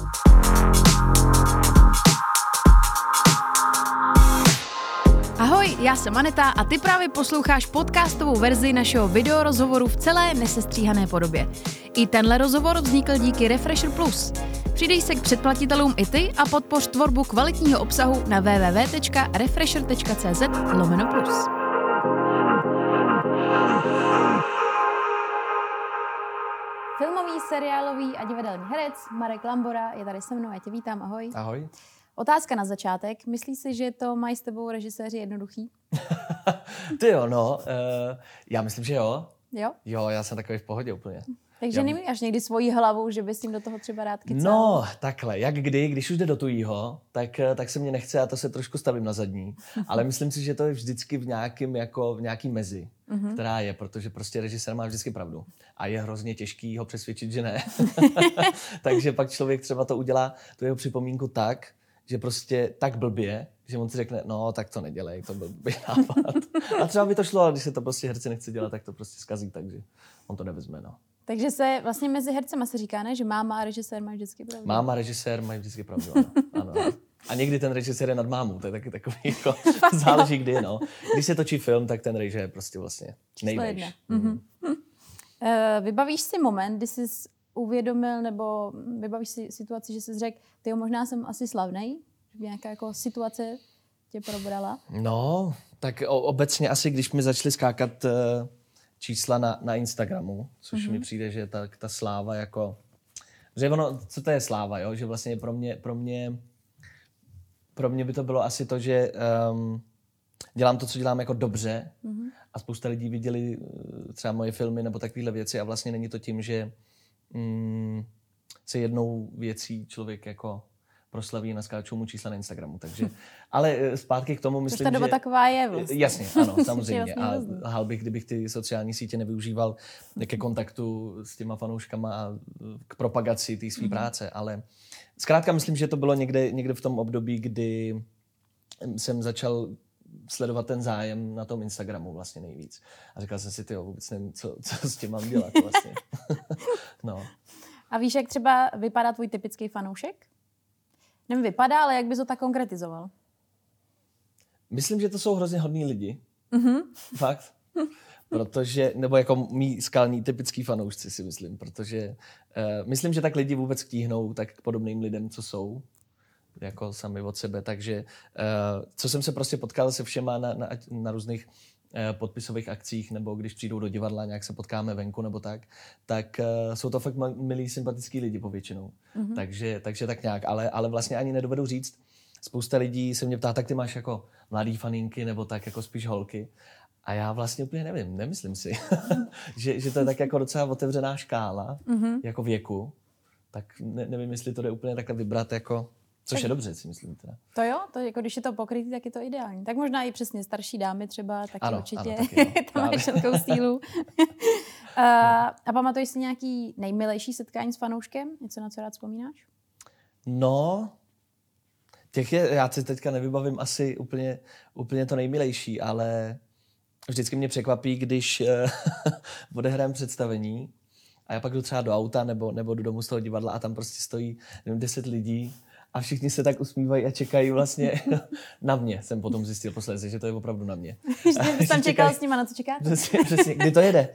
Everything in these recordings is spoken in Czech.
Ahoj, já jsem Aneta a ty právě posloucháš podcastovou verzi našeho videorozhovoru v celé nesestříhané podobě. I tenhle rozhovor vznikl díky Refresher Plus. Přidej se k předplatitelům i ty a podpoř tvorbu kvalitního obsahu na www.refresher.cz/plus. Filmový, seriálový a divadelní herec Marek Lambora je tady se mnou, já tě vítám, ahoj. Ahoj. Otázka na začátek. Myslíš si, že to mají s tebou režiséři jednoduchý? Ty jo, no. Já myslím, že jo. Jo? Jo, já jsem takový v pohodě úplně. Takže nemáš někdy svoji hlavu, že bys tím do toho třeba rád kycal? No, takhle. Jak kdy, když už jde do tujího, tak se mě nechce a to se trošku stavím na zadní. Ale myslím si, že to je vždycky v nějaký mezi, která je, protože prostě režisér má vždycky pravdu. A je hrozně těžký ho přesvědčit, že ne. Takže pak člověk třeba to udělá, tu jeho připomínku tak, že prostě tak blbě, že on si řekne, no, tak to nedělej, to byl blbý nápad. A třeba by to šlo, ale když se to prostě herci nechce dělat, tak to prostě zkazí, takže on to nevezme, no. Takže se vlastně mezi hercema se říká, ne, že máma a režisér mají vždycky pravdu. Máma a režisér mají vždycky pravdu, ano. A někdy ten režisér je nad mámou, to je taky takový, jako, záleží kdy, no. Když se točí film, tak ten režisér je prostě vlastně nejvejš. Vybavíš si moment, kdy jsi uvědomil, nebo vybavíš si situaci, že jsi řekl, tyjo, možná jsem asi slavnej, že by nějaká jako situace tě probrala? No, tak obecně asi, když mi začaly skákat čísla na Instagramu, což mi přijde, že ta sláva jako... Že ono, co to je sláva, jo? Že vlastně pro mě by to bylo asi to, že dělám to, co dělám jako dobře a spousta lidí viděli třeba moje filmy nebo takovéhle věci a vlastně není to tím, že se jednou věcí člověk jako proslaví a naskáčou mu čísla na Instagramu, takže, ale zpátky k tomu myslím, že... ta doba taková je vlastně. Jasně, ano, samozřejmě. A lhal bych, kdybych ty sociální sítě nevyužíval ke kontaktu s těma fanouškama a k propagaci té své práce, ale zkrátka myslím, že to bylo někde v tom období, kdy jsem začal sledovat ten zájem na tom Instagramu vlastně nejvíc. A říkal jsem si, tyjo, vůbec nevím, co s tím mám dělat vlastně. No. A víš, jak třeba vypadá tvůj typický fanoušek? Nevím, vypadá, ale jak bys to tak konkretizoval? Myslím, že to jsou hrozně hodní lidi. Fakt. Protože, nebo jako mý skalní typický fanoušci si myslím, protože myslím, že tak lidi vůbec tíhnou tak k podobným lidem, co jsou, jako sami od sebe. Takže co jsem se prostě potkal se všema na různých podpisových akcích, nebo když přijdou do divadla, nějak se potkáme venku nebo tak jsou to fakt milí, sympatický lidi povětšinou. Takže tak nějak, ale vlastně ani nedovedu říct. Spousta lidí se mě ptá, tak ty máš jako mladý faninky nebo tak jako spíš holky. A já vlastně úplně nevím, nemyslím si, že to je tak jako docela otevřená škála jako věku. Tak nevím, jestli to jde úplně takhle vybrat jako... Což je dobře, si myslím teda. To jo, to jako když je to pokrytý, tak je to ideální. Tak možná i přesně starší dámy třeba, taky ano, určitě. Ano, taky, no. To máš velkou sílu. A pamatuješ si nějaký nejmilejší setkání s fanouškem? Něco, na co rád vzpomínáš? No, já si teďka nevybavím asi úplně to nejmilejší, ale vždycky mě překvapí, když odehrajem představení a já pak jdu třeba do auta nebo jdu domů z toho divadla a tam prostě stojí 10 lidí a všichni se tak usmívají a čekají vlastně na mě. Jsem potom zjistil posledně, že to je opravdu na mě. Jsi tam čekal s nima, na co čekáte? Přesně. Kdy to jede?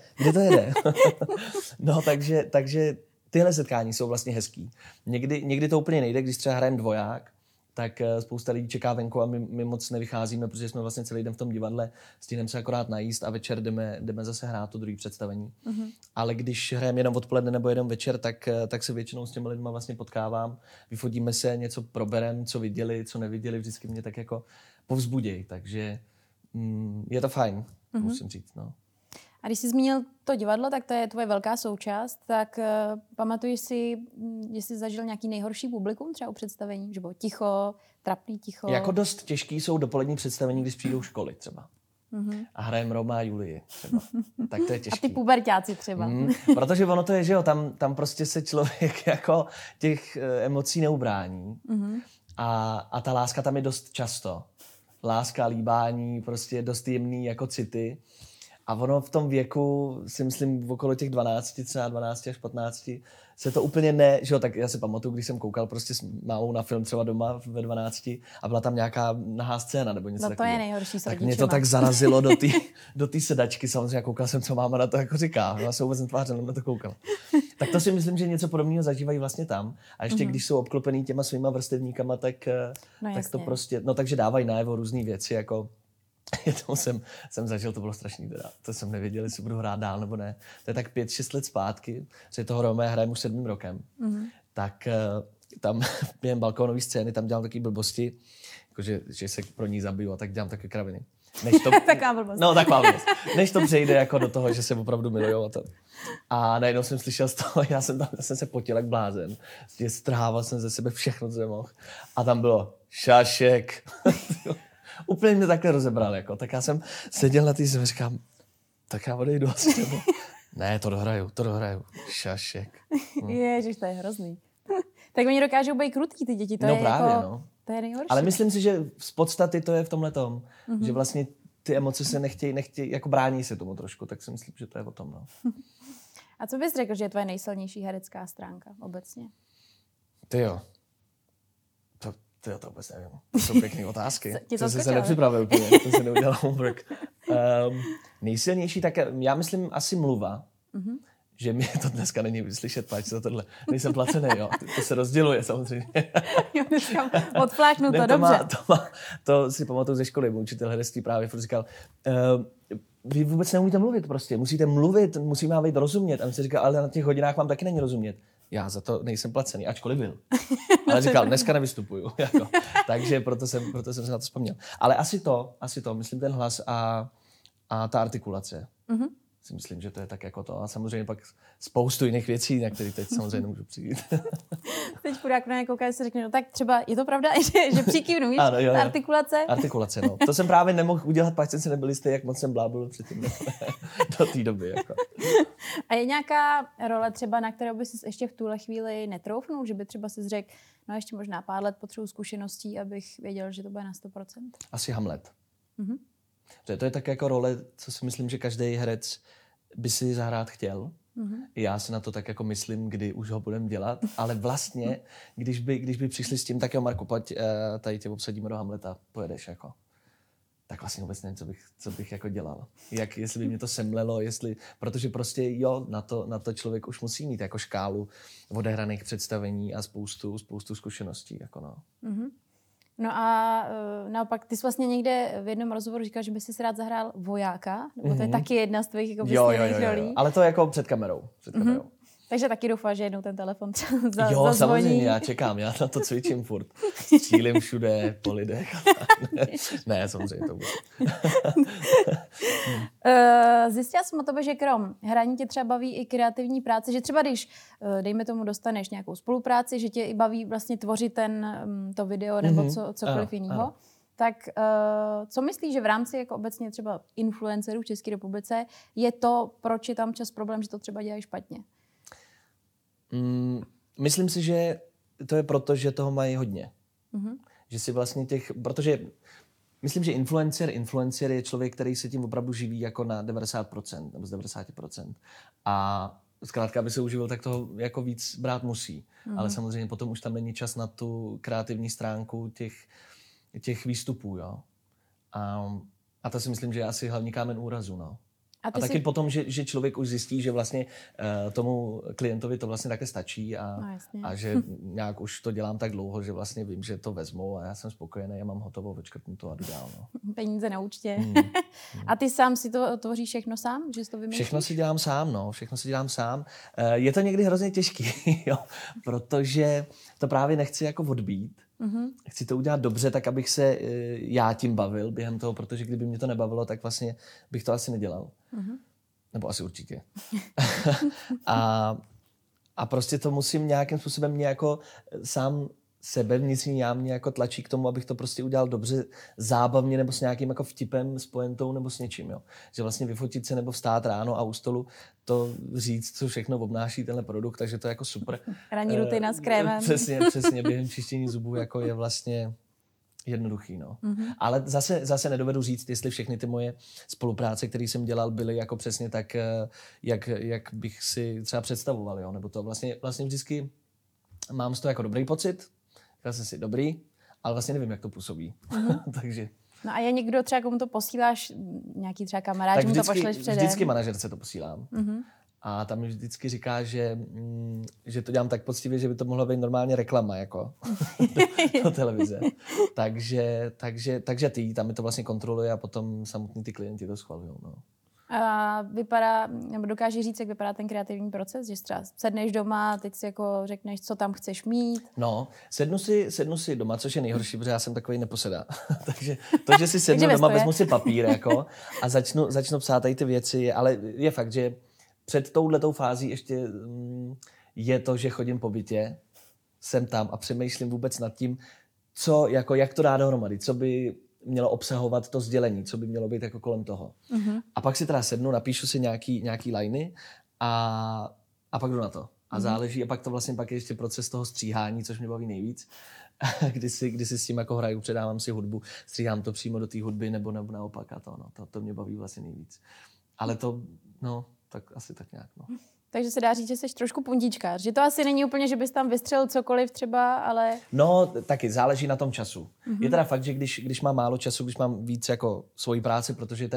No, takže tyhle setkání jsou vlastně hezký. Někdy to úplně nejde, když třeba hrajeme dvoják, tak spousta lidí čeká venku a my moc nevycházíme, protože jsme vlastně celý den v tom divadle, stihneme se akorát najíst a večer jdeme zase hrát to druhé představení. Ale když hrajeme jenom odpoledne nebo jenom večer, tak se většinou s těmi lidmi vlastně potkávám, vyfotíme se, něco proberem, co viděli, co neviděli, vždycky mě tak jako povzbudějí, takže je to fajn, musím říct, no. A když jsi zmínil to divadlo, tak to je tvoje velká součást, tak pamatuješ si, jestli zažil nějaký nejhorší publikum třeba u představení, že bylo ticho, trapný ticho? Jako dost těžký jsou dopolední představení, když přijdou školy třeba. A hrajeme Roma a Julii třeba. Tak to je těžký. A ty puberťáci třeba. Protože ono to je, že jo, tam prostě se člověk jako těch emocí neubrání. A ta láska tam je dost často. Láska, líbání, prostě dost jemný jako city. A ono v tom věku, si myslím, okolo těch 12, třeba 12 až 15, se to úplně ne, že jo, tak já si pamatuju, když jsem koukal prostě s mámou na film třeba doma ve 12 a byla tam nějaká nahá scéna nebo něco takového. No to je nejhorší s tak rodičema. mě to tak zarazilo do té sedačky, samozřejmě koukal jsem, co máma na to jako říká. Já se vůbec netvářil, na to koukal. Tak to si myslím, že něco podobného zažívají vlastně tam. A ještě když jsou obklopený těma svýma vrstevníkama, tak to prostě, no takže dávají najevo různý věci, jako to jsem zažil, to bylo strašný teda. To jsem nevěděl, jestli budu hrát dál nebo ne. To je tak 5-6 let zpátky, že toho Romea hrajem už 7 rokem. Tak tam během balkónové scény tam dělám taky blbosti, jakože, že se pro ní zabiju a tak dělám také kraviny. Taková blbost. No, taková blbost. Než to přejde jako do toho, že se opravdu milujou a to. A najednou jsem slyšel z toho, já jsem se potil jak blázen. Strhával jsem ze sebe všechno, co mohl. A tam bylo šašek. Úplně mě takhle rozebral, jako. Tak já jsem seděl na té zemi, říkám, tak já odejdu asi, nebo... Ne, to dohraju. Šašek. Ježiš, to je hrozný. Tak oni dokážou být krutý, ty děti, to no je právě, jako... no. To je nejhorší. Ale myslím si, že z podstaty to je v tomhletom, že vlastně ty emoce se nechtějí, jako brání se tomu trošku, tak si myslím, že to je o tom, no. A co bys řekl, že je tvoje nejsilnější herecká stránka obecně? Tyjo. To vůbec nevím. To jsou pěkné otázky. To se nepřipravil úplně, to se neudělal homework. Nejsilnější, tak já myslím asi mluva. Že mě to dneska není vyslyšet, páč za tohle. Nejsem placený, jo. To se rozděluje samozřejmě. Jo, dneska odfláknu to, dobře. To si pamatuju ze školy. Můj učitel herectví právě říkal, vy vůbec neumíte mluvit prostě. Musíte mluvit, musíme vám být rozumět. A mi se říkal, ale na těch hodinách vám taky není rozumět. Já za to nejsem placený, ačkoliv byl. Ale říkal, dneska nevystupuju. Jako. Takže proto jsem se na to vzpomněl. Ale asi to, myslím ten hlas a ta artikulace. Si myslím, že to je tak jako to. A samozřejmě pak spoustu jiných věcí, na které teď samozřejmě nemůžu přijít. Teď chudák na ně kouká, si řekne, no tak třeba je to pravda, že přikývnu, víš? Ano, jo. Artikulace. Artikulace, no. To jsem právě nemohl udělat, pak jsem si nebyl jistý, jak moc jsem blábil předtím do té doby. Jako. A je nějaká role třeba, na kterou by si ještě v tuhle chvíli netroufnul, že by třeba si řekl, no ještě možná pár let potřebuji zkušeností, abych věděl, že to bude na 100%? Asi Hamlet. To je tak jako role, co si myslím, že každý herec by si zahrát chtěl. Já si na to tak jako myslím, kdy už ho budeme dělat, ale vlastně, když by přišli s tím, tak jo, Marku, pojď, tady tě obsadíme do Hamleta, pojedeš jako. Tak vlastně vůbec nevím, co bych jako dělal. Jestli by mě to semlelo, protože prostě jo, na to člověk už musí mít jako škálu odehraných představení a spoustu zkušeností. Jako no. No a naopak, ty jsi vlastně někde v jednom rozhovoru říkal, že by si rád zahrál vojáka, nebo to je taky jedna z tvých jako vysněných rolí. Ale to jako před kamerou. Takže taky doufáš, že jednou ten telefon zazvoní. Jo, samozřejmě, já čekám, já na to cvičím furt. Střílím všude, po lidech. Ne, samozřejmě to bude. Zjistila jsem o tobě, že krom hraní tě třeba baví i kreativní práce, že třeba když, dejme tomu, dostaneš nějakou spolupráci, že tě i baví vlastně tvořit to video nebo cokoliv jiného. Tak co myslíš, že v rámci jako obecně třeba influencerů v České republice je to, proč je tam čas problém, že to třeba dělají špatně? Myslím si, že to je proto, že toho mají hodně. Že si vlastně protože myslím, že influencer je člověk, který se tím opravdu živí jako na 90% nebo z 90%. A zkrátka, aby se uživil, tak toho jako víc brát musí. Ale samozřejmě potom už tam není čas na tu kreativní stránku těch výstupů, jo. A to si myslím, že je asi hlavní kámen úrazu, no. A taky potom, že člověk už zjistí, že vlastně tomu klientovi to vlastně také stačí a že nějak už to dělám tak dlouho, že vlastně vím, že to vezmu a já jsem spokojený a mám hotovo, vyčkrtnu a jdu dál. No. Peníze na účtě. A ty sám si to tvoříš všechno sám? Že jsi to vymýšlíš? Všechno si dělám sám, Je to někdy hrozně těžký, jo, protože to právě nechci jako odbít. Chci to udělat dobře, tak abych se já tím bavil během toho, protože kdyby mě to nebavilo, tak vlastně bych to asi nedělal. Nebo asi určitě. a prostě to musím nějakým způsobem mě jako sám sebe vnitřní já mě jako tlačí k tomu, abych to prostě udělal dobře, zábavně nebo s nějakým jako vtipem, s pointou nebo s něčím. Jo. Že vlastně vyfotit se nebo vstát ráno a u stolu to říct, co všechno obnáší tenhle produkt, takže to je jako super. Ranní rutina s krémem. Přesně, během čištění zubů jako je jednoduchý, no. Ale zase nedovedu říct, jestli všechny ty moje spolupráce, které jsem dělal, byly jako přesně tak, jak bych si třeba představoval, jo. Nebo to vlastně vždycky mám z toho jako dobrý pocit, říkal jsem si dobrý, ale vlastně nevím, jak to působí. Takže... No a je někdo třeba, komu to posíláš, nějaký třeba kamarád, mu to pošleš předem? Vždycky manažerce to posílám. A tam mi vždycky říká, že to dělám tak poctivě, že by to mohla být normálně reklama jako do televize. Takže tam mi to vlastně kontroluje a potom samotní ty klienti to schvalují. No. A dokážeš říct, jak vypadá ten kreativní proces? Že třeba sedneš doma, teď si jako řekneš, co tam chceš mít? No, sednu si doma, což je nejhorší, protože já jsem takový neposedá. Takže to, že si sednu doma, vezmu si papír jako, a začnu psát tady ty věci, ale je fakt, že před touhletou fází ještě je to, že chodím po bytě, jsem tam a přemýšlím vůbec nad tím, jak to dá dohromady, co by mělo obsahovat to sdělení, co by mělo být jako kolem toho. A pak si teda sednu, napíšu si nějaký liny a pak jdu na to. A záleží, a pak to vlastně pak je ještě proces toho stříhání, což mě baví nejvíc, kdy si s tím jako hraju, předávám si hudbu, stříhám to přímo do té hudby nebo naopak a to mě baví vlastně nejvíc. Ale to, tak asi tak nějak, Takže se dá říct, že jsi trošku puntíčkář. Že to asi není úplně, že bys tam vystřelil cokoliv třeba, ale... No, taky záleží na tom času. Je teda fakt, že když mám málo času, když mám víc jako svoji práci, protože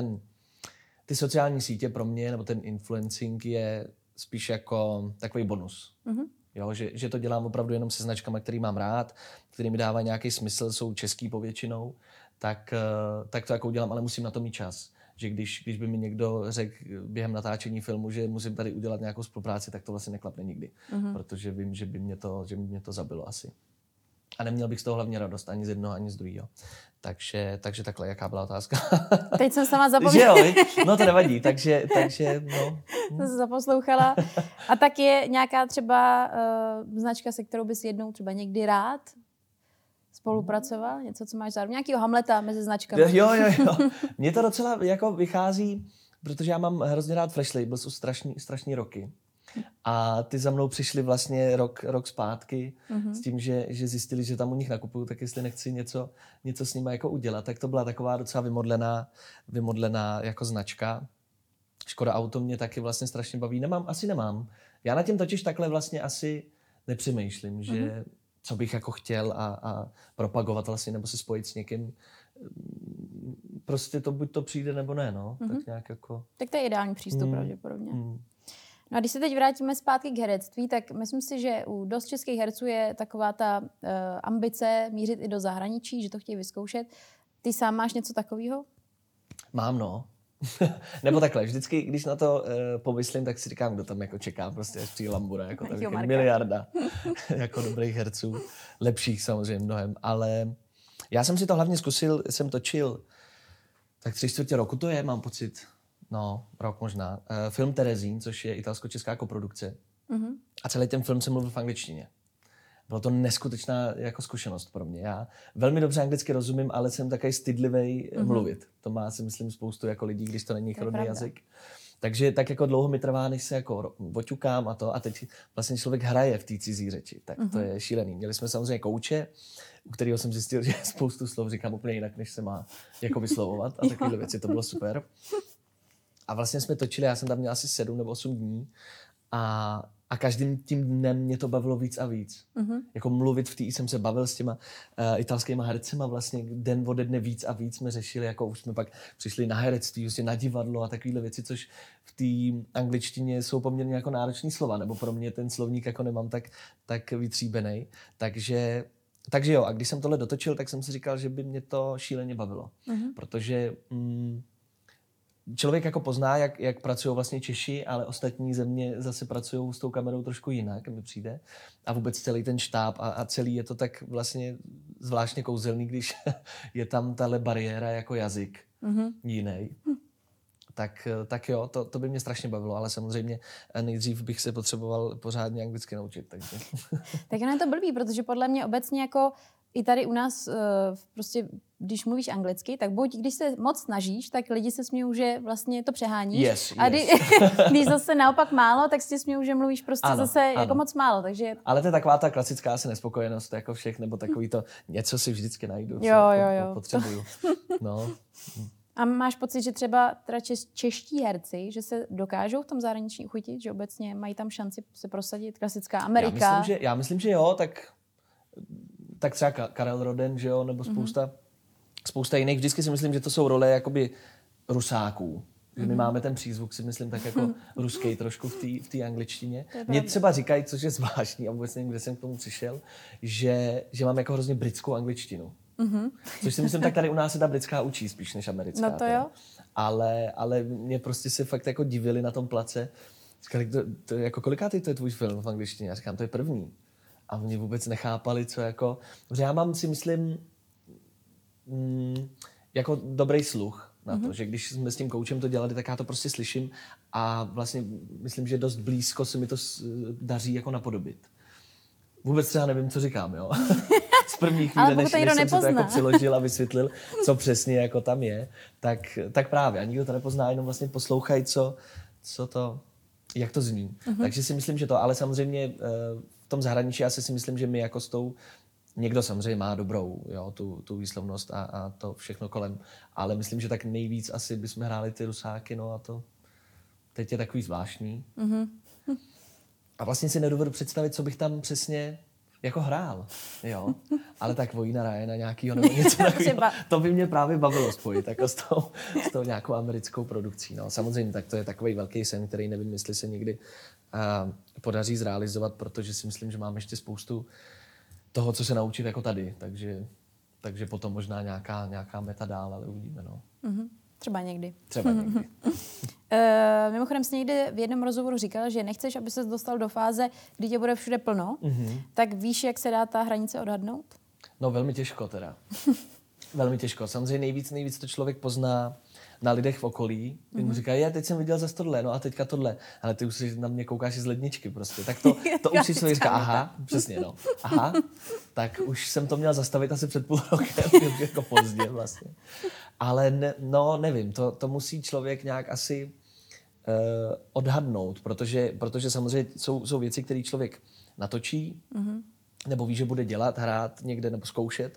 ty sociální sítě pro mě, nebo ten influencing je spíš jako takový bonus. Jo, že to dělám opravdu jenom se značkami, který mám rád, který mi dává nějaký smysl, jsou český povětšinou, tak to jako udělám, ale musím na to mít čas. Že když by mi někdo řekl během natáčení filmu, že musím tady udělat nějakou spolupráci, tak to vlastně neklapne nikdy. Protože vím, že by mě to zabilo asi. A neměl bych z toho hlavně radost ani z jednoho, ani z druhého. Takže takhle, jaká byla otázka? Teď jsem sama zapomněla. Že jo, no to nevadí, takže no. Jsem se zaposlouchala. A tak je nějaká třeba značka, se kterou bys jednou třeba někdy rád spolupracoval? Něco, co máš zároveň? Nějakýho Hamleta mezi značkami? Jo. Mně to docela jako vychází, protože já mám hrozně rád Flash Labels už strašný roky. A ty za mnou přišli vlastně rok zpátky s tím, že zjistili, že tam u nich nakupuju, tak jestli nechci něco s nimi jako udělat. Tak to byla taková docela vymodlená jako značka. Škoda Auto mě taky vlastně strašně baví. Nemám. Já na tím totiž takhle vlastně asi nepřemýšlím, že co bych jako chtěl a propagovat vlastně, nebo se spojit s někým. Prostě to buď to přijde, nebo ne, no. Tak nějak jako... Tak to je ideální přístup, pravděpodobně. No a když se teď vrátíme zpátky k herectví, tak myslím si, že u dost českých herců je taková ta ambice mířit i do zahraničí, že to chtějí vyzkoušet. Ty sám máš něco takového? Mám, no. Nebo takhle, vždycky, když na to pomyslím, tak si říkám, kdo tam jako čeká, prostě až přijde Lambura, jako tam miliarda jako dobrých herců, lepších samozřejmě mnohem, ale já jsem si to hlavně zkusil, jsem točil tak 3/4 roku to je, mám pocit, rok možná, film Terezín, což je italsko-česká koprodukce a celý ten film jsem mluvil v angličtině. Bylo to neskutečná jako zkušenost pro mě. Já velmi dobře anglicky rozumím, ale jsem takový stydlivý mluvit. To má si myslím spoustu jako lidí, když to není jejich rodný jazyk. Takže tak jako dlouho mi trvá, než se jako oťukám a teď vlastně člověk hraje v té cizí řeči. Tak to je šílený. Měli jsme samozřejmě kouče, u kterého jsem zjistil, že spoustu slov říkám úplně jinak, než se má jako vyslovovat a takovéhle věci. To bylo super. A vlastně jsme točili, já jsem tam měl asi 7 nebo 8 dní a každým tím dnem mě to bavilo víc a víc. Jako mluvit jsem se bavil s těma italskýma hercema vlastně den ode dne víc a víc jsme řešili, jako už jsme pak přišli na herectví, vlastně na divadlo a takovéhle věci, což v té angličtině jsou poměrně jako náročný slova, nebo pro mě ten slovník jako nemám tak vytříbenej. Takže jo, a když jsem tohle dotočil, tak jsem si říkal, že by mě to šíleně bavilo. Protože člověk jako pozná, jak pracují vlastně Češi, ale ostatní země zase pracují s tou kamerou trošku jinak, mi přijde. A vůbec celý ten štáb a celý je to tak vlastně zvláštně kouzelný, když je tam tahle bariéra jako jazyk jiný. Tak jo, to by mě strašně bavilo, ale samozřejmě nejdřív bych se potřeboval pořádně anglicky naučit. Takže. Tak ono je to blbý, protože podle mě obecně jako i tady u nás prostě, když mluvíš anglicky, tak buď když se moc snažíš, tak lidi se smějou, že vlastně to přeháníš. Yes. A když zase naopak málo, tak si smějou, že mluvíš prostě zase jako moc málo. Takže... Ale to je taková ta klasická asi nespokojenost jako všech, nebo takový to něco si vždycky najdu, co jo. potřebuju. No. A máš pocit, že třeba čeští herci, že se dokážou v tom zahraničí uchytit, že obecně mají tam šanci se prosadit, klasická Amerika? Já myslím, že jo, tak třeba Karel Roden, že jo, nebo spousta jiných. Vždycky si myslím, že to jsou role jakoby Rusáků. Že my máme ten přízvuk, si myslím, tak jako ruský trošku v té angličtině. Mně třeba říkají, což je zvláštní, a vůbec nevím, kde jsem k tomu přišel, že mám jako hrozně britskou angličtinu. Což si myslím, tak tady u nás se ta britská učí spíš než americká. No to jo. Ale mě prostě se fakt jako divili na tom place. Říkali, to jako kolikátý to je tvůj film v angličtině? Já říkám, to je první. A oni vůbec nechápali, co jako... Protože já mám si myslím jako dobrý sluch na to, že když jsme s tím koučem to dělali, tak já to prostě slyším a vlastně myslím, že dost blízko se mi to daří jako napodobit. Vůbec třeba nevím, co říkám, jo. Z první chvíle, než jsem si to jako přiložil a vysvětlil, co přesně jako tam je, tak právě. A nikdo to nepozná, jenom vlastně poslouchají, jak to zní. Takže si myslím, že to, ale samozřejmě v tom zahraničí já si myslím, že my jako s tou, někdo samozřejmě má dobrou, jo, tu výslovnost a to všechno kolem, ale myslím, že tak nejvíc asi bychom hráli ty Rusáky, no a to teď je takový zvláštní. A vlastně si nedovedu představit, co bych tam přesně jako hrál, jo. Ale tak Vojína Ryana nějakýho nebo něco takového, to by mě právě bavilo spojit, jako s tou nějakou americkou produkcí, no. Samozřejmě, tak to je takový velký sen, který nevím, jestli se někdy podaří zrealizovat, protože si myslím, že mám ještě spoustu toho, co se naučit jako tady, takže potom možná nějaká meta dál, ale uvidíme, no. Třeba někdy. Mimochodem jsi někdy v jednom rozhovoru říkal, že nechceš, aby ses dostal do fáze, kdy tě bude všude plno. Tak víš, jak se dá ta hranice odhadnout? No velmi těžko teda. Velmi těžko. Samozřejmě nejvíc to člověk pozná na lidech v okolí. Když mu říkají, teď jsem viděl zase tohle, no a teďka tohle. Ale ty už si na mě koukáš z ledničky prostě. Tak to už si člověk říká, aha, přesně no. Aha, tak už jsem to měl zastavit asi před půl rokem, už jako pozdě vlastně. Ale nevím, to musí člověk nějak asi odhadnout, protože samozřejmě jsou věci, které člověk natočí, nebo ví, že bude dělat, hrát někde nebo zkoušet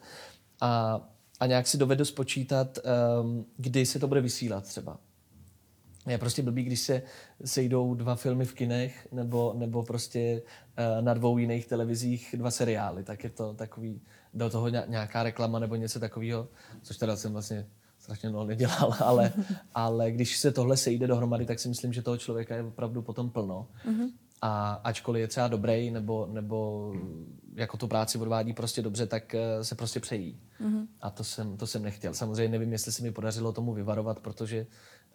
a nějak si dovedu spočítat, kdy se to bude vysílat třeba. Je prostě blbý, když se sejdou 2 filmy v kinech nebo prostě na 2 jiných televizích 2 seriály, tak je to takový, do toho nějaká reklama nebo něco takového, což teda jsem vlastně strašně dlouho nedělal, ale když se tohle sejde dohromady, tak si myslím, že toho člověka je opravdu potom plno. A ačkoliv je třeba dobrý nebo jako tu práci odvádí prostě dobře, tak se prostě přejí. A to jsem nechtěl. Samozřejmě nevím, jestli se mi podařilo tomu vyvarovat, protože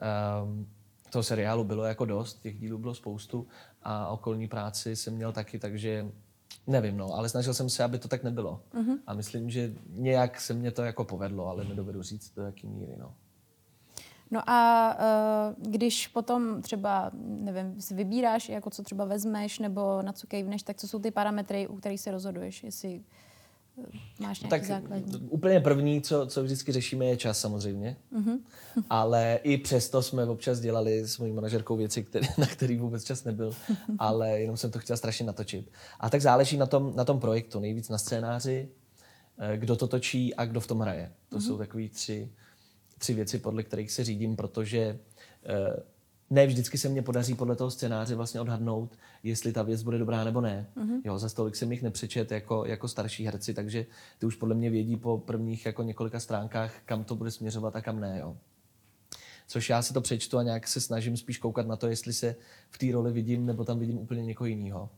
toho seriálu bylo jako dost, těch dílů bylo spoustu a okolní práci jsem měl taky, takže nevím, no, ale snažil jsem se, aby to tak nebylo. A myslím, že nějak se mě to jako povedlo, ale nedovedu říct, do jaký míry, no. No a když potom třeba, nevím, si vybíráš, jako co třeba vezmeš nebo na co kejvneš, tak co jsou ty parametry, u kterých se rozhoduješ, jestli máš nějaký základní? Úplně první, co vždycky řešíme, je čas samozřejmě. Ale i přesto jsme občas dělali s mojí manažerkou věci, na který vůbec čas nebyl, ale jenom jsem to chtěl strašně natočit. A tak záleží na tom projektu, nejvíc na scénáři, kdo to točí a kdo v tom hraje. To jsou takový 3 věci, podle kterých se řídím, protože ne vždycky se mně podaří podle toho scénáře vlastně odhadnout, jestli ta věc bude dobrá nebo ne. Jo, za tolik jsem jich nepřečet jako starší herci, takže ty už podle mě vědí po prvních jako několika stránkách, kam to bude směřovat a kam ne. Jo. Což já si to přečtu a nějak se snažím spíš koukat na to, jestli se v té roli vidím, nebo tam vidím úplně někoho jiného.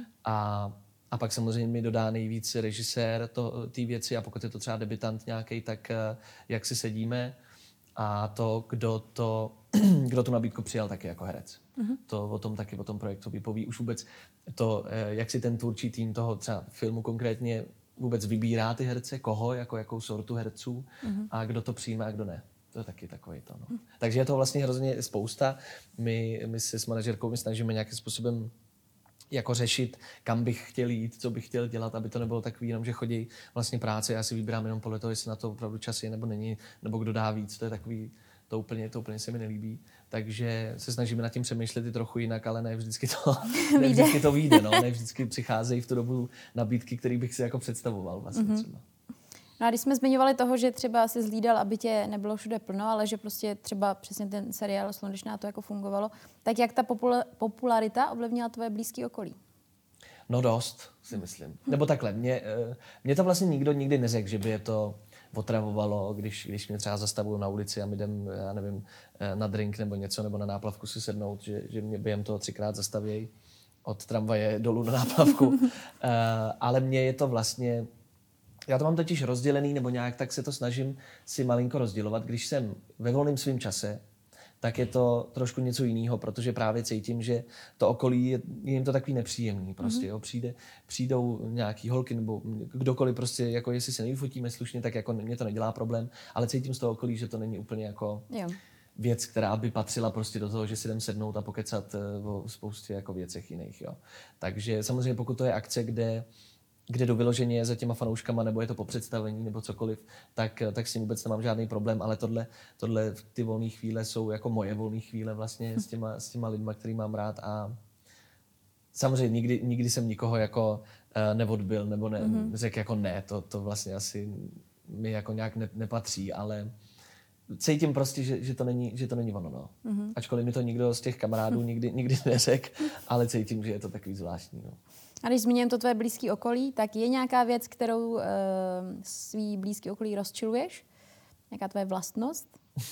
A pak samozřejmě mi dodá nejvíc režisér té věci a pokud je to třeba debutant nějaký, tak jak si sedíme a to, kdo tu nabídku přijal taky jako herec. To o tom projektu vypoví už vůbec to, jak si ten tvůrčí tým toho třeba filmu konkrétně vůbec vybírá ty herce, koho, jako jakou sortu herců a kdo to přijme a kdo ne. To je taky takový to. No. Takže je to vlastně hrozně spousta. My se s manažerkou snažíme nějakým způsobem jako řešit, kam bych chtěl jít, co bych chtěl dělat, aby to nebylo takový jenom, že chodí vlastně práce, já si vybírám jenom podle toho, jestli na to opravdu čas je nebo není, nebo kdo dá víc, to je takový, to úplně se mi nelíbí. Takže se snažíme nad tím přemýšlet i trochu jinak, ale ne vždycky to vyjde, no, ne vždycky přicházejí v tu dobu nabídky, které bych si jako představoval vlastně třeba. No a když jsme zmiňovali toho, že třeba si zhlídal, aby tě nebylo všude plno, ale že prostě třeba přesně ten seriál Slunečná to jako fungovalo, tak jak ta popularita ovlivnila tvoje blízké okolí? No dost, si myslím. Nebo takhle, mě to vlastně nikdo nikdy neřekl, že by je to otravovalo, když mě třeba zastavují na ulici a my jdem, já nevím, na drink nebo něco, nebo na náplavku si sednout, že mě během toho 3krát zastavějí od tramvaje dolů na náplavku. Ale mně je to vlastně... Já to mám totiž rozdělený, nebo nějak tak se to snažím si malinko rozdělovat. Když jsem ve volném svém čase, tak je to trošku něco jiného, protože právě cítím, že to okolí je jim to takový nepříjemný. Prostě, jo, přijdou nějaký holky nebo kdokoliv prostě, jako jestli se nevyfotíme slušně, tak jako mě to nedělá problém, ale cítím z toho okolí, že to není úplně jako věc, která by patřila prostě do toho, že si jdem sednout a pokecat o spoustě jako věcech jiných. Jo. Takže samozřejmě pokud to je akce, kde do vyloženě je za těma fanouškama, nebo je to po představení, nebo cokoliv, tak s tím vůbec nemám žádný problém, ale tohle ty volné chvíle jsou jako moje volné chvíle vlastně s těma lidma, který mám rád a samozřejmě nikdy jsem nikoho jako neodbil, nebo řekl jako ne, to vlastně asi mi jako nějak nepatří, ale cítím prostě, že to není ono, no. Ačkoliv mi to nikdo z těch kamarádů nikdy neřekl, ale cítím, že je to takový zvláštní, no. A když zmíním to tvoje blízké okolí, tak je nějaká věc, kterou svý blízké okolí rozčiluješ? Nějaká tvoje vlastnost?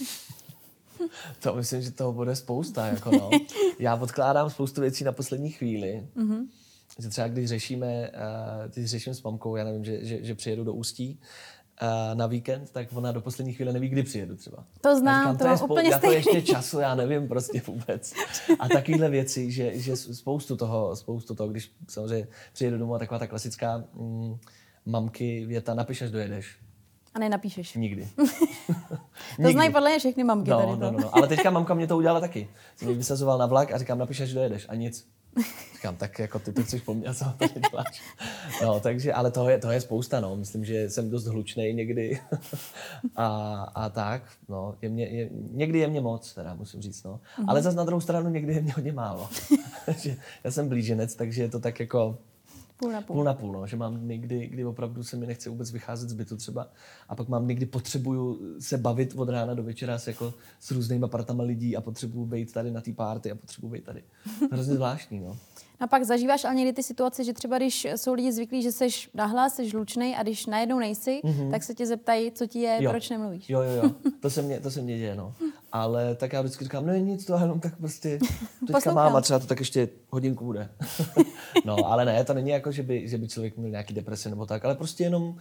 To myslím, že toho bude spousta. Jako no. Já odkládám spoustu věcí na poslední chvíli. Že třeba když řešíme s mamkou, já nevím, že přijedu do Ústí na víkend, tak ona do poslední chvíle neví, kdy přijedu třeba. To znám, říkám, to úplně já to ještě času, já nevím prostě vůbec. A takovéhle věci, že spoustu toho, když samozřejmě přijedu domů a taková ta klasická mamky věta, napiš, až dojedeš. A nenapíšeš. Nikdy. To znají podle mě všechny mamky tady. No. Ale teďka mamka mě to udělala taky. Jsem mě vysazoval na vlak a říkám, napiš, až dojedeš. A nic. Říkám, tak jako ty to chceš po mně, co to děláš. No, takže, ale toho je spousta, no. Myslím, že jsem dost hlučnej někdy. a tak, no. Někdy je mě moc, teda musím říct, no. Ale zase na druhou stranu někdy je mě hodně málo. Já jsem blíženec, takže je to tak jako půl na půl, no. Že mám dny, kdy opravdu se mi nechce vůbec vycházet z bytu třeba. A pak mám dny, kdy potřebuju se bavit od rána do večera s různýma partama lidí a potřebuju být tady na té party a potřebuju být tady. Hrozně zvláštní, no. A pak zažíváš ale někdy ty situace, že třeba když jsou lidi zvyklí, že seš nahlas, seš hlučnej a když najednou nejsi, tak se tě zeptají, co ti je, proč nemluvíš. Jo. To se mě děje, no. Ale tak já vždycky říkám, no nic, to jenom tak prostě teďka mám a třeba to tak ještě hodinku bude. No, ale ne, to není jako, že by člověk měl nějaký deprese nebo tak, ale prostě jenom,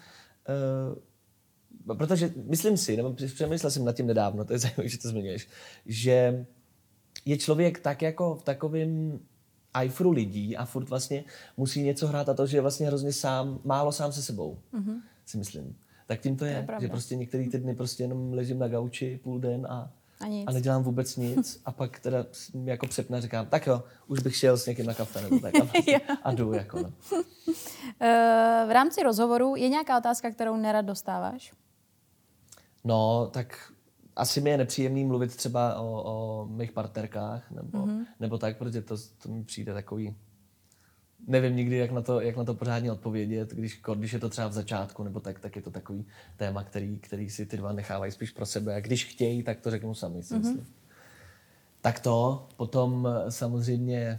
protože myslím si, nebo přemýšlel jsem nad tím nedávno, to je zajímavé, že to zmiňuješ, že je člověk tak jako v takovém ajfru lidí a furt vlastně musí něco hrát a to, že je vlastně hrozně málo sám se sebou, si myslím. Tak tím to je že prostě některý ty dny prostě jenom ležím na gauči půl den a nedělám vůbec nic a pak teda jako přepne říkám, tak jo, už bych šel s někým na kafe nebo tak a jdu jako. No. V rámci rozhovoru je nějaká otázka, kterou nerad dostáváš? No, tak asi mi je nepříjemný mluvit třeba o mých partnerkách nebo tak, protože to mi přijde takový... Nevím nikdy, jak na to pořádně odpovědět, když je to třeba v začátku, nebo tak je to takový téma, který si ty dva nechávají spíš pro sebe. A když chtějí, tak to řeknou sami, si myslím. Tak to, potom samozřejmě...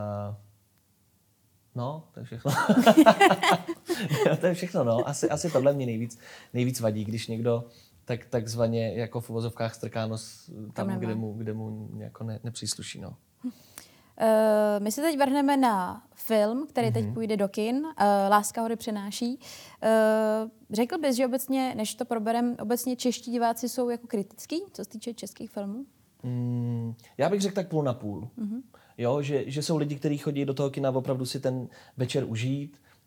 no, to je všechno. To je všechno, no. Asi tohle mě nejvíc vadí, když někdo takzvaně jako v uvozovkách strká nos tam, kde mu jako nepřísluší, no. My se teď vrhneme na film, který teď půjde do kin. Láska hory přenáší. Řekl bys, že obecně, než to proberem, obecně čeští diváci jsou jako kritický, co se týče českých filmů? Já bych řekl tak půl na půl. Jo, že jsou lidi, kteří chodí do toho kina opravdu si ten večer užít,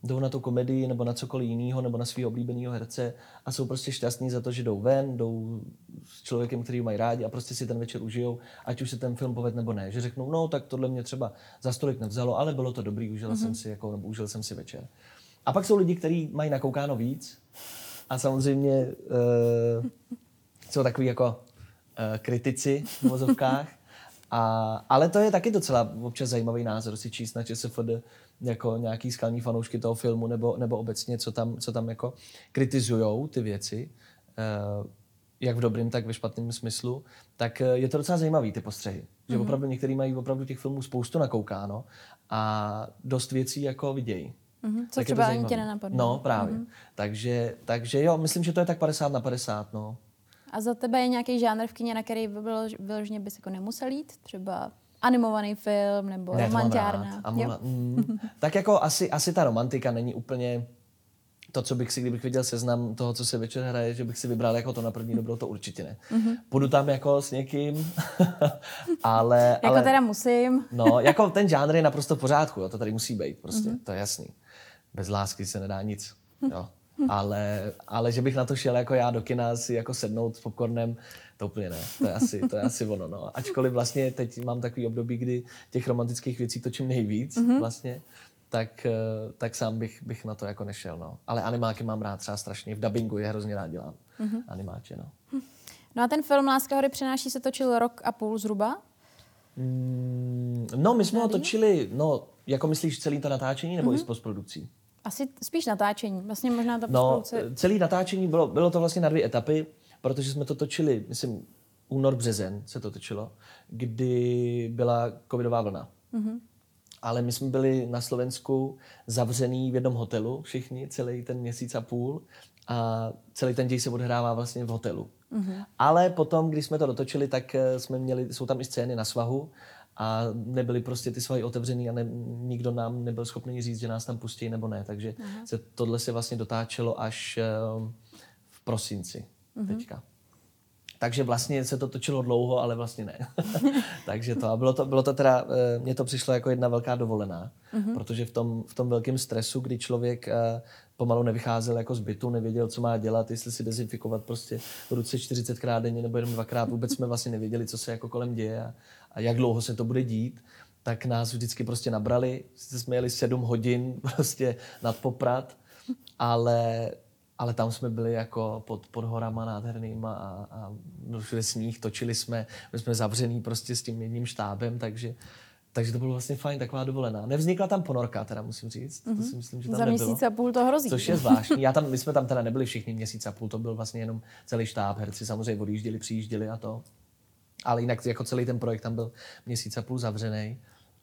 jdou na tu komedii nebo na cokoliv jiného, nebo na svého oblíbeného herce a jsou prostě šťastní za to, že jdou ven, jdou s člověkem, který mají rádi a prostě si ten večer užijou, ať už se ten film povede nebo ne. Že řeknou, no tak tohle mě třeba za stolik nevzalo, ale bylo to dobrý, užil jsem si večer. A pak jsou lidi, kteří mají nakoukáno víc a samozřejmě jsou takový jako kritici v vozovkách. Ale to je taky docela občas zajímavý názor si číst na ČSFD jako nějaký skalní fanoušky toho filmu nebo obecně, co tam jako kritizujou ty věci, jak v dobrým, tak ve špatném smyslu, tak je to docela zajímavý, ty postřehy. Že opravdu některý mají opravdu těch filmů spoustu nakoukáno a dost věcí jako vidějí. Co tak třeba ani tě nenapadne. No, právě. Takže jo, myslím, že to je tak 50/50, no. A za tebe je nějaký žánr v kině, na který vyloženě bys jako nemusel jít? Třeba animovaný film nebo romantiárna? Tak jako asi ta romantika není úplně to, co bych si, kdybych viděl seznam toho, co se večer hraje, že bych si vybral jako to na první dobro, to určitě ne. Půjdu tam jako s někým, ale... teda musím. No, jako ten žánr je naprosto v pořádku, jo, to tady musí být prostě, to je jasný. Bez lásky se nedá nic, jo. Ale že bych na to šel jako já do kina si jako sednout s popcornem, to úplně ne. To je asi ono. No. Ačkoliv vlastně teď mám takový období, kdy těch romantických věcí točím nejvíc vlastně, tak sám bych na to jako nešel. No. Ale animáky mám rád třeba strašně. V dabingu je hrozně rád dělám. Animáče, no. No a ten film Láska hory přináší se točil 1.5 roku zhruba? No, my jsme ho točili, no, jako myslíš celý to natáčení nebo i s postprodukcí? Asi spíš natáčení, vlastně možná ta postprodukce. No, celý natáčení bylo to vlastně na 2 etapy, protože jsme to točili, myslím, únor, březen se to točilo, kdy byla covidová vlna. Ale my jsme byli na Slovensku zavřený v jednom hotelu všichni, celý ten měsíc a půl a celý ten děj se odhrává vlastně v hotelu. Ale potom, když jsme to dotočili, tak jsou tam i scény na svahu a nebyly prostě ty svahy otevřený a nikdo nám nebyl schopný říct, že nás tam pustí nebo ne. Takže tohle se vlastně dotáčelo až v prosinci teďka. Takže vlastně se to točilo dlouho, ale vlastně ne. Takže to. A bylo to teda, mně to přišlo jako jedna velká dovolená, protože v tom velkém stresu, kdy člověk pomalu nevycházel jako z bytu, nevěděl, co má dělat, jestli si dezinfikovat prostě ruce 40krát denně nebo jenom 2krát, vůbec jsme vlastně nevěděli, co se jako kolem děje a jak dlouho se to bude dít, tak nás vždycky prostě nabrali, jsme jeli 7 hodin prostě nad Poprad, ale tam jsme byli jako pod horama nádhernýma a všude sníh, točili jsme, byli jsme zavřený prostě s tím jedním štábem, takže to bylo vlastně fajn, taková dovolená. Nevznikla tam ponorka, teda musím říct. To si myslím, že tam za nebylo. Měsíc a půl to hrozí. Což je zvláštní. My jsme tam teda nebyli všichni měsíc a půl, to byl vlastně jenom celý štáb, herci samozřejmě odjížděli, přijížděli a to. Ale jinak jako celý ten projekt tam byl měsíc a půl zavřený.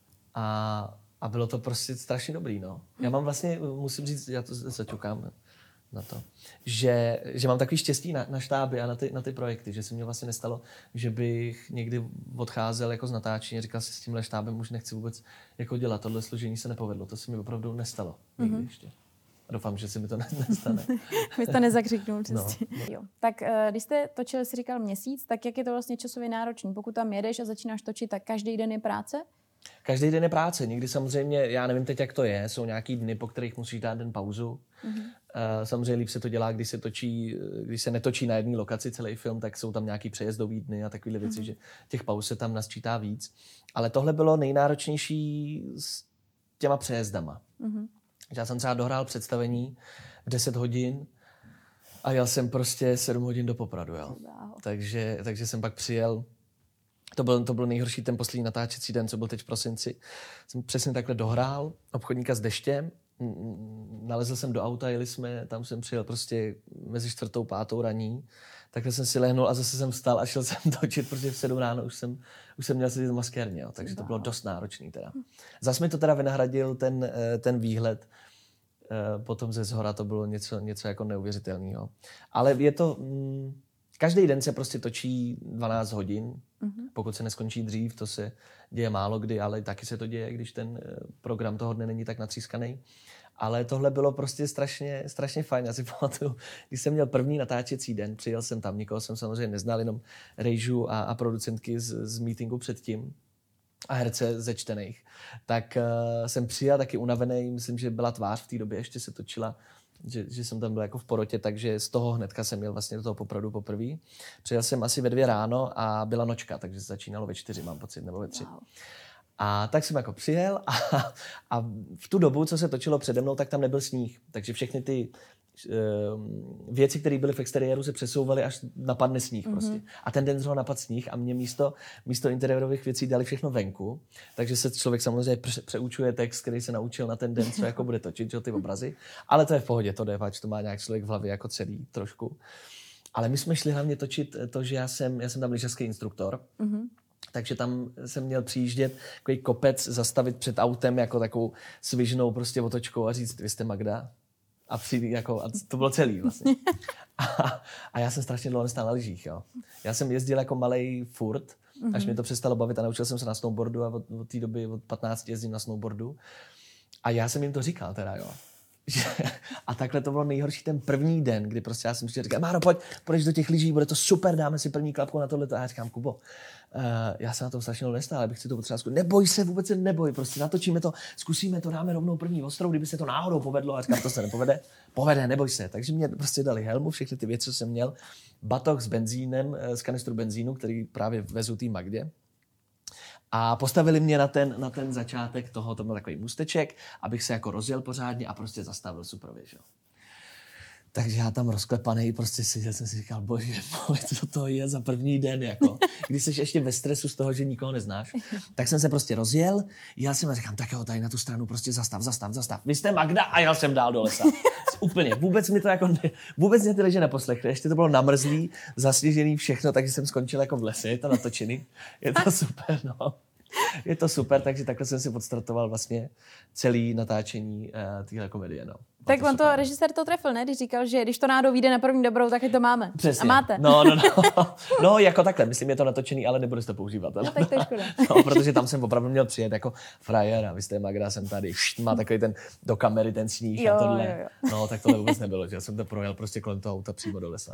A bylo to prostě strašně dobrý, no. Já mám vlastně, musím říct, já to zaťukám na to, že mám takový štěstí na štáby a na ty projekty, že se mně vlastně nestalo, že bych někdy odcházel jako z natáčení a říkal si, s tímhle štábem už nechci vůbec jako dělat, tohle složení se nepovedlo, to se mi opravdu nestalo nikdy ještě. A doufám, že se mi to nestane. Vy jste nezakřiknul čistě. No. Jo. Tak když jste točil, si říkal měsíc, tak jak je to vlastně časově náročný? Pokud tam jedeš a začínáš točit, tak každý den je práce? Každý den je práce. Někdy samozřejmě, já nevím teď, jak to je, jsou nějaký dny, po kterých musíš dát den pauzu. Samozřejmě líp se to dělá, když se netočí na jedné lokaci celý film, tak jsou tam nějaký přejezdový dny a takovéhle věci, že těch pauz se tam nasčítá víc. Ale tohle bylo nejnáročnější s těma přejezdama. Já jsem třeba dohrál představení v 10 hodin a jel jsem prostě 7 hodin do Popradu. Jo. Takže jsem pak přijel. To byl nejhorší ten poslední natáčecí den, co byl teď v prosinci. Jsem přesně takhle dohrál obchodníka s deštěm, nalezl jsem do auta, jeli jsme, tam jsem přijel prostě mezi 4. a 5. raní. Takhle jsem si lehnul a zase jsem vstal a šel jsem točit, protože v 7 ráno už jsem měl sedět v maskérně, jo, takže to bylo dost náročný teda. Zas mi to teda vynahradil ten výhled, potom ze zhora to bylo něco jako neuvěřitelného. Ale je to... Každý den se prostě točí 12 hodin, pokud se neskončí dřív, to se děje málo kdy, ale taky se to děje, když ten program toho dne není tak natřískaný. Ale tohle bylo prostě strašně fajn. Já si pamatuju, když jsem měl první natáčecí den, přijel jsem tam, nikoho jsem samozřejmě neznal, jenom Rejžu a producentky z meetingu předtím. a herce ze čtených. Tak jsem přijel taky unavený, myslím, že byla tvář v té době, ještě se točila, že jsem tam byl jako v porotě, takže z toho hnedka jsem měl vlastně do toho popravdu poprvé. Přijel jsem asi ve 2 ráno a byla nočka, takže se začínalo ve 4, mám pocit, nebo ve 3. Wow. A tak jsem jako přijel a v tu dobu, co se točilo přede mnou, tak tam nebyl sníh. Takže všechny ty věci, které byly v exteriéru, se přesouvaly, až napadne sníh prostě. A ten den zrovna napadl sníh a mě místo interiérových věcí dali všechno venku. Takže se člověk samozřejmě přeučuje text, který se naučil na ten den, co jako bude točit, že, ty obrazy. Ale to je v pohodě, to jde, pač to má nějak člověk v hlavě jako celý trošku. Ale my jsme šli hlavně točit to, že já jsem tam lyžařský instruktor. Takže tam jsem měl přijíždět takový kopec, zastavit před autem jako takovou svižnou prostě otočkou a říct, vy jste Magda? A to bylo celý vlastně. A já jsem strašně dlouho nestál na lyžích, jo. Já jsem jezdil jako malej furt, až mě to přestalo bavit a naučil jsem se na snowboardu a od té doby od 15 jezdím na snowboardu. A já jsem jim to říkal teda, jo. A takhle to bylo nejhorší ten první den, kdy prostě já jsem si říkal, Máro, pojď do těch lyží, bude to super, dáme si první klapku na tohleto. A já říkám, Kubo, já jsem na tom strašně nestál, ale bych si to potřeboval zkusit. Neboj se, vůbec se neboj, prostě natočíme to, zkusíme to, dáme rovnou první ostrou, kdyby se to náhodou povedlo. A říkám, to se nepovede. Povede, neboj se. Takže mě prostě dali helmu, všechny ty věci, co jsem měl, batoh s benzínem, z kanistru benzínu, který právě vezu té Magdě. A postavili mě na ten začátek toho, to byl takový můsteček, abych se jako rozjel pořádně a prostě zastavil suprově, že jo. Takže já tam rozklepaný, prostě seděl jsem si říkal, bože, co to je za první den, jako. Když jsi ještě ve stresu z toho, že nikoho neznáš, tak jsem se prostě rozjel, jel jsem a říkám, tak jo, tady na tu stranu prostě zastav. Vy jste Magda a jel jsem dál do lesa. Úplně, vůbec mi to jako, vůbec mě ty lyže neposlechly, ještě to bylo namrzlý, zasněžený všechno, takže jsem skončil jako v lese, je to natočený, je to super, no. Je to super, takže takhle jsem si odstartoval vlastně celý natáčení téhle komedie, no. Tak on to, režisér to trefil, ne? Když říkal, že když to náhodou vyjde na první dobrou, tak to máme. Přesně. A máte. No, jako takhle, myslím, je to natočený, ale nebudu to používat. No, tak to je škoda. No, protože tam jsem opravdu měl přijet jako frajer a vy jste Magda, jsem tady, má takový ten do kamery ten sníh a tohle. Jo. No, tak tohle vůbec nebylo, že já jsem to projel prostě kolem toho auta přímo do lesa.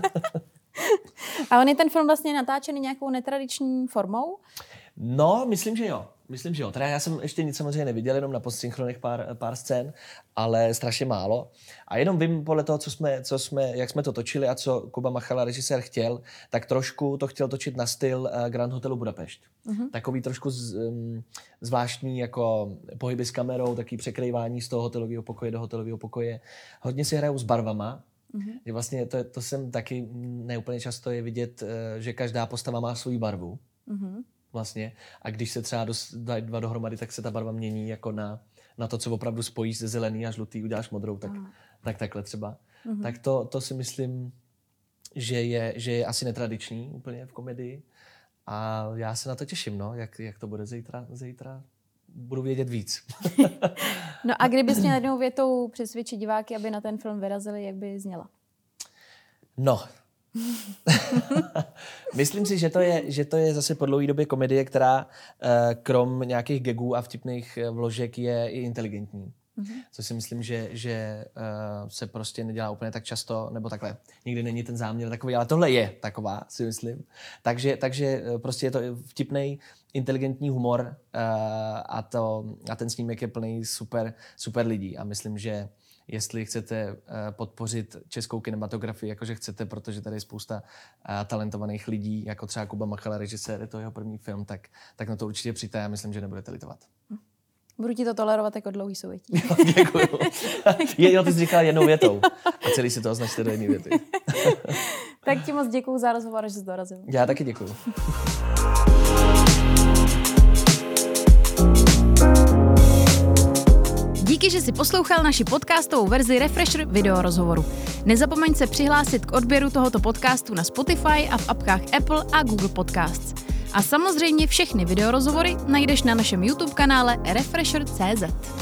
A on je ten film vlastně natáčený nějakou netradiční formou? No, myslím, že jo. Teda já jsem ještě nic samozřejmě neviděl, jenom na postsynchronech pár scén, ale strašně málo. A jenom vím podle toho, jak jsme to točili a co Kuba Machala, režisér, chtěl, tak trošku to chtěl točit na styl Grand Hotelu Budapešť. Takový trošku zvláštní jako pohyby s kamerou, taký překrývání z toho hotelového pokoje do hotelového pokoje. Hodně si hrajou s barvama. Že vlastně to jsem taky neúplně často je vidět, že každá postava má svou barvu. Vlastně. A když se třeba dají 2 dohromady, tak se ta barva mění jako na to, co opravdu spojíš ze zelený a žlutý, uděláš modrou, tak takhle třeba. Tak to si myslím, že je asi netradiční úplně v komedii. A já se na to těším, no, jak to bude zítra. Budu vědět víc. No a kdybys měl jednou větou přesvědčit diváky, aby na ten film vyrazili, jak by zněla? No, myslím si, že to je zase po dlouhé době komedie, která krom nějakých gagů a vtipných vložek je i inteligentní. Což si myslím, že se prostě nedělá úplně tak často, nebo takhle. Nikdy není ten záměr takový, ale tohle je taková, si myslím. Takže prostě je to vtipnej, inteligentní humor a ten snímek je plný super lidí. A myslím, že jestli chcete podpořit českou kinematografii, jakože chcete, protože tady je spousta talentovaných lidí, jako třeba Kuba Machala, režisér, je to jeho první film, tak na to určitě přijďte a myslím, že nebudete litovat. Budu ti to tolerovat jako dlouhý souvětí. Děkuju. Ty jsi říkala jednou větou a celý si to označte do jedné věty. Tak ti moc děkuju za rozhovor, že jsi dorazil. Já taky děkuju. Díky, že jsi poslouchal naši podcastovou verzi Refresher video rozhovoru. Nezapomeň se přihlásit k odběru tohoto podcastu na Spotify a v apkách Apple a Google Podcasts. A samozřejmě všechny videorozhovory najdeš na našem YouTube kanále Refresher.cz.